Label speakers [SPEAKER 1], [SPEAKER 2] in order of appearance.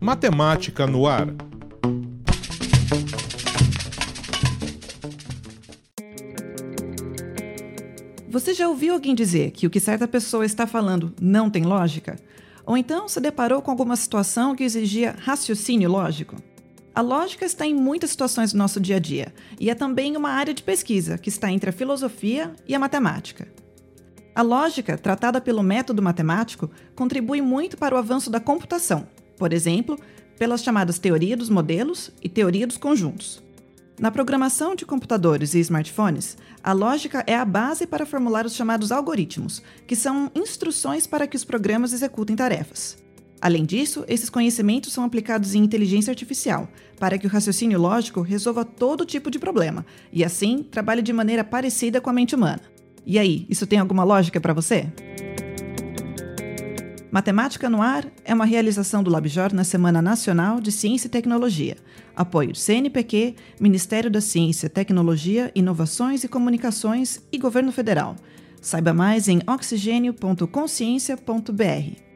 [SPEAKER 1] Matemática no ar.
[SPEAKER 2] Você já ouviu alguém dizer que o que certa pessoa está falando não tem lógica? Ou então se deparou com alguma situação que exigia raciocínio lógico? A lógica está em muitas situações do nosso dia a dia e é também uma área de pesquisa que está entre a filosofia e a matemática. A lógica, tratada pelo método matemático, contribui muito para o avanço da computação, por exemplo, pelas chamadas teoria dos modelos e teoria dos conjuntos. Na programação de computadores e smartphones, a lógica é a base para formular os chamados algoritmos, que são instruções para que os programas executem tarefas. Além disso, esses conhecimentos são aplicados em inteligência artificial, para que o raciocínio lógico resolva todo tipo de problema e, assim, trabalhe de maneira parecida com a mente humana. E aí, isso tem alguma lógica para você? Matemática no Ar é uma realização do LabJOR na Semana Nacional de Ciência e Tecnologia. Apoio CNPq, Ministério da Ciência, Tecnologia, Inovações e Comunicações e Governo Federal. Saiba mais em oxigênio.consciência.br.